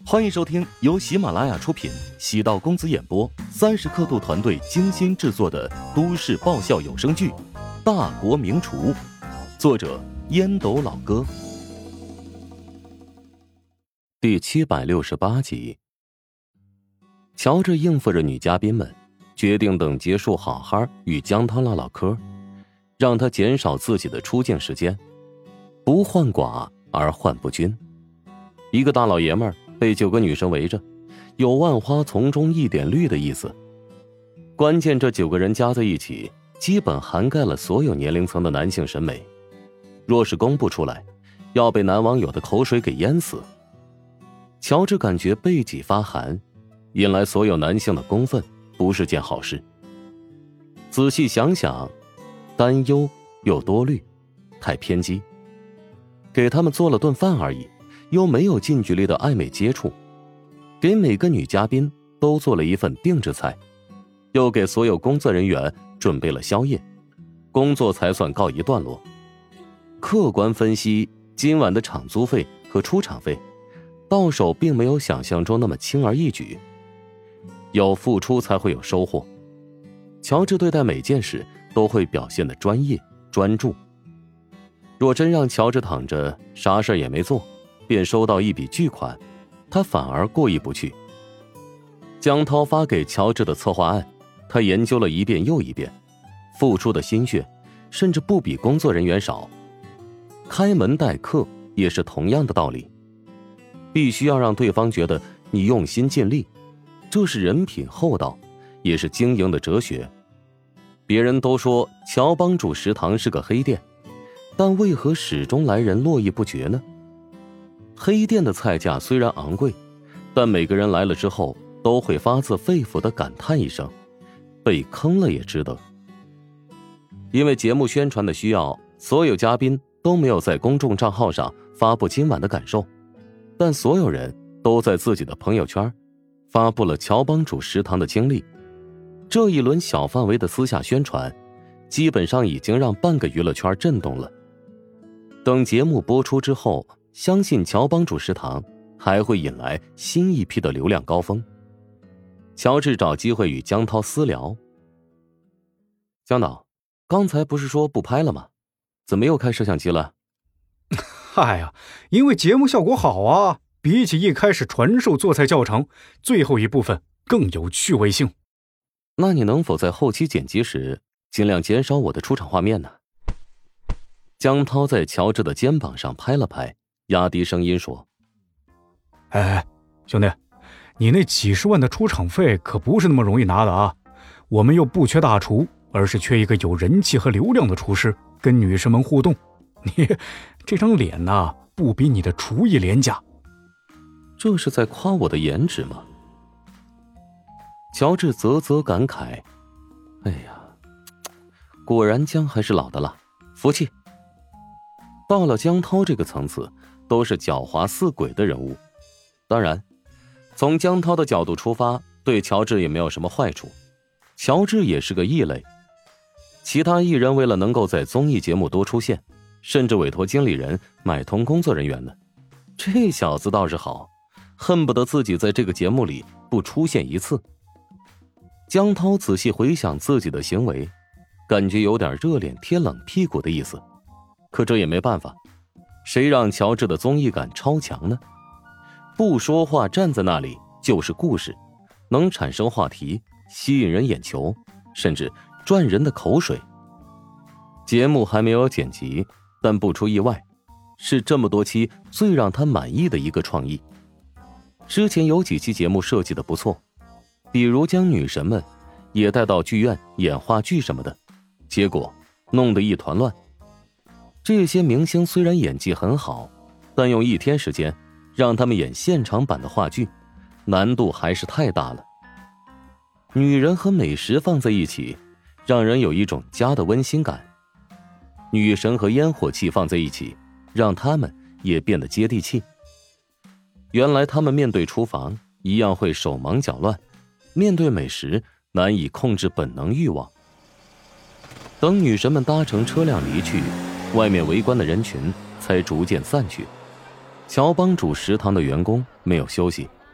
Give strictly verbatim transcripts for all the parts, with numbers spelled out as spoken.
欢迎收听由喜马拉雅出品，喜道公子演播，三十刻度团队精心制作的都市爆笑有声剧《大国名厨》，作者烟斗老哥，第七百六十八集。乔治应付着女嘉宾们，决定等结束好好与江涛唠唠嗑，让他减少自己的出镜时间，不患寡而患不均。一个大老爷们儿被九个女生围着，有万花丛中一点绿的意思。关键这九个人加在一起，基本涵盖了所有年龄层的男性审美。若是公布出来，要被男网友的口水给淹死。乔治感觉背脊发寒，引来所有男性的公愤，不是件好事。仔细想想，担忧又多虑，太偏激。给他们做了顿饭而已，又没有近距离的暧昧接触，给每个女嘉宾都做了一份定制菜，又给所有工作人员准备了宵夜，工作才算告一段落。客观分析今晚的场租费和出场费，到手并没有想象中那么轻而易举。有付出才会有收获。乔治对待每件事都会表现得专业专注。若真让乔治躺着啥事也没做，便收到一笔巨款，他反而过意不去。江涛发给乔治的策划案，他研究了一遍又一遍，付出的心血甚至不比工作人员少。开门待客也是同样的道理，必须要让对方觉得你用心尽力，这是人品厚道，也是经营的哲学。别人都说乔帮主食堂是个黑店，但为何始终来人络绎不绝呢？黑店的菜价虽然昂贵，但每个人来了之后都会发自肺腑地感叹一声，被坑了也值得。因为节目宣传的需要，所有嘉宾都没有在公众账号上发布今晚的感受，但所有人都在自己的朋友圈发布了乔帮主食堂的经历。这一轮小范围的私下宣传，基本上已经让半个娱乐圈震动了。等节目播出之后，相信乔帮主食堂还会引来新一批的流量高峰。乔治找机会与江涛私聊。江导，刚才不是说不拍了吗？怎么又开摄像机了？ 嗨呀，因为节目效果好啊，比起一开始传授做菜教程，最后一部分更有趣味性。 那你能否在后期剪辑时尽量减少我的出场画面呢？江涛在乔治的肩膀上拍了拍，压低声音说： 哎哎，兄弟，你那几十万的出场费可不是那么容易拿的啊！我们又不缺大厨，而是缺一个有人气和流量的厨师，跟女生们互动。你这张脸呐、啊，不比你的厨艺廉价。 这是在夸我的颜值吗？乔治啧啧感慨，哎呀，果然姜还是老的辣，服气。到了江涛这个层次，都是狡猾似鬼的人物。当然，从江涛的角度出发，对乔治也没有什么坏处。乔治也是个异类。其他艺人为了能够在综艺节目多出现，甚至委托经理人买通工作人员呢。这小子倒是好，恨不得自己在这个节目里不出现一次。江涛仔细回想自己的行为，感觉有点热脸贴冷屁股的意思。可这也没办法，谁让乔治的综艺感超强呢？不说话站在那里就是故事，能产生话题，吸引人眼球，甚至赚人的口水。节目还没有剪辑，但不出意外，是这么多期最让他满意的一个创意。之前有几期节目设计的不错，比如将女神们也带到剧院演话剧什么的，结果弄得一团乱。这些明星虽然演技很好，但用一天时间让他们演现场版的话剧，难度还是太大了。女人和美食放在一起，让人有一种家的温馨感。女神和烟火气放在一起，让他们也变得接地气。原来他们面对厨房一样会手忙脚乱，面对美食难以控制本能欲望。等女神们搭乘车辆离去，外面围观的人群才逐渐散去。乔帮主食堂的员工没有休息，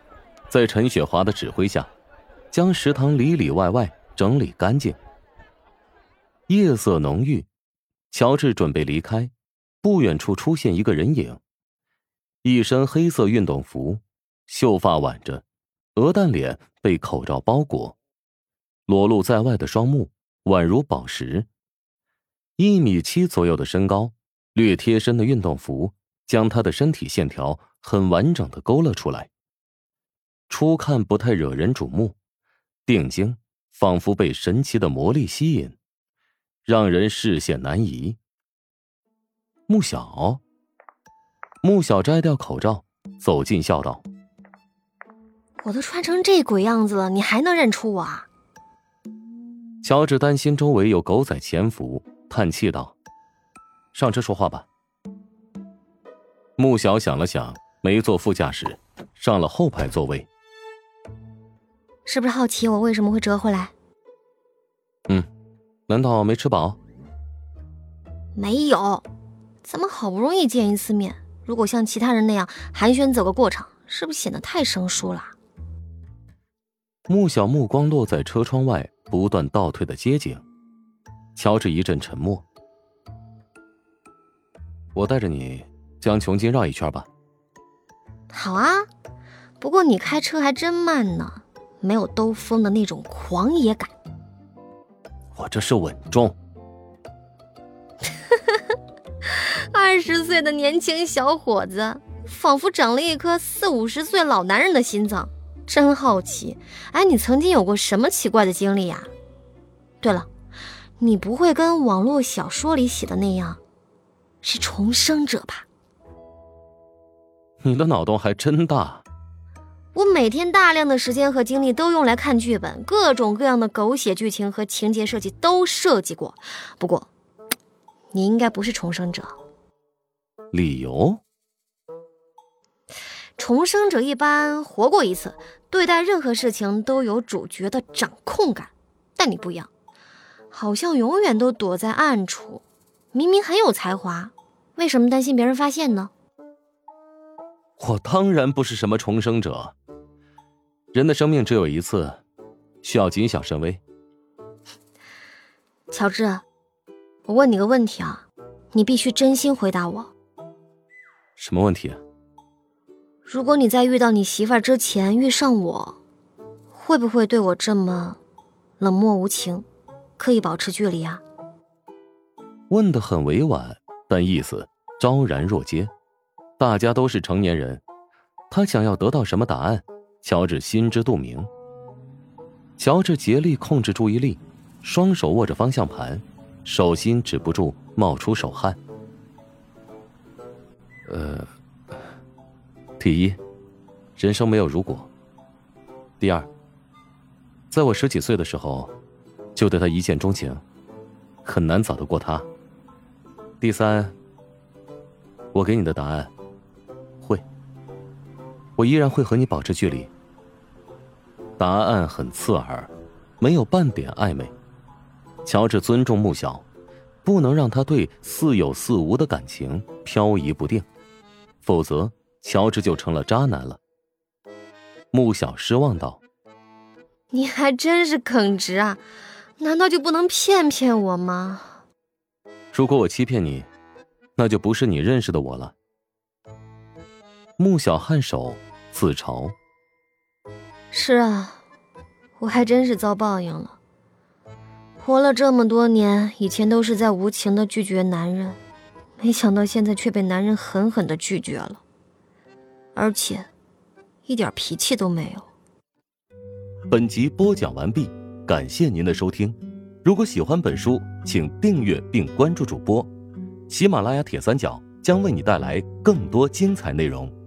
在陈雪华的指挥下，将食堂里里外外整理干净。夜色浓郁，乔治准备离开，不远处出现一个人影，一身黑色运动服，秀发挽着，鹅蛋脸被口罩包裹，裸露在外的双目宛如宝石。一米七左右的身高，略贴身的运动服将他的身体线条很完整的勾勒出来。初看不太惹人瞩目，定睛仿佛被神奇的魔力吸引，让人视线难移。穆小，穆小摘掉口罩，走近笑道： 我都穿成这鬼样子了，你还能认出我啊？ 乔治担心周围有狗仔潜伏，叹气道：上车说话吧。穆小想了想，没坐副驾驶，上了后排座位。 是不是好奇我为什么会折回来？ 嗯，难道没吃饱？ 没有，咱们好不容易见一次面，如果像其他人那样寒暄走个过场，是不是显得太生疏了？ 穆小目光落在车窗外不断倒退的街景，乔治一阵沉默。我带着你将琼金绕一圈吧。 好啊，不过你开车还真慢呢，没有兜风的那种狂野感。 我这是稳重。 二十岁的年轻小伙子，仿佛长了一颗四五十岁老男人的心脏，真好奇。哎，你曾经有过什么奇怪的经历呀？对了，你不会跟网络小说里写的那样，是重生者吧？ 你的脑洞还真大。 我每天大量的时间和精力都用来看剧本，各种各样的狗血剧情和情节设计都设计过。不过，你应该不是重生者。 理由？ 重生者一般活过一次，对待任何事情都有主角的掌控感，但你不一样，好像永远都躲在暗处，明明很有才华，为什么担心别人发现呢？ 我当然不是什么重生者，人的生命只有一次，需要谨小慎微。 乔治，我问你个问题啊，你必须真心回答我。 什么问题啊？ 如果你在遇到你媳妇儿之前遇上我，会不会对我这么冷漠无情，刻意保持距离啊？ 问得很委婉，但意思昭然若揭。大家都是成年人，他想要得到什么答案，乔治心知肚明。乔治竭力控制注意力，双手握着方向盘，手心止不住冒出手汗。呃，第一，人生没有如果。第二，在我十几岁的时候，就对他一见钟情，很难找得过他。第三，我给你的答案，会，我依然会和你保持距离。答案很刺耳，没有半点暧昧。乔治尊重穆小，不能让他对似有似无的感情飘移不定，否则乔治就成了渣男了。穆小失望道： 你还真是耿直啊，难道就不能骗骗我吗？ 如果我欺骗你，那就不是你认识的我了。穆小颔首自嘲： 是啊，我还真是遭报应了。活了这么多年，以前都是在无情的拒绝男人，没想到现在却被男人狠狠地拒绝了，而且一点脾气都没有。 本集播讲完毕，感谢您的收听。如果喜欢本书，请订阅并关注主播。喜马拉雅铁三角将为你带来更多精彩内容。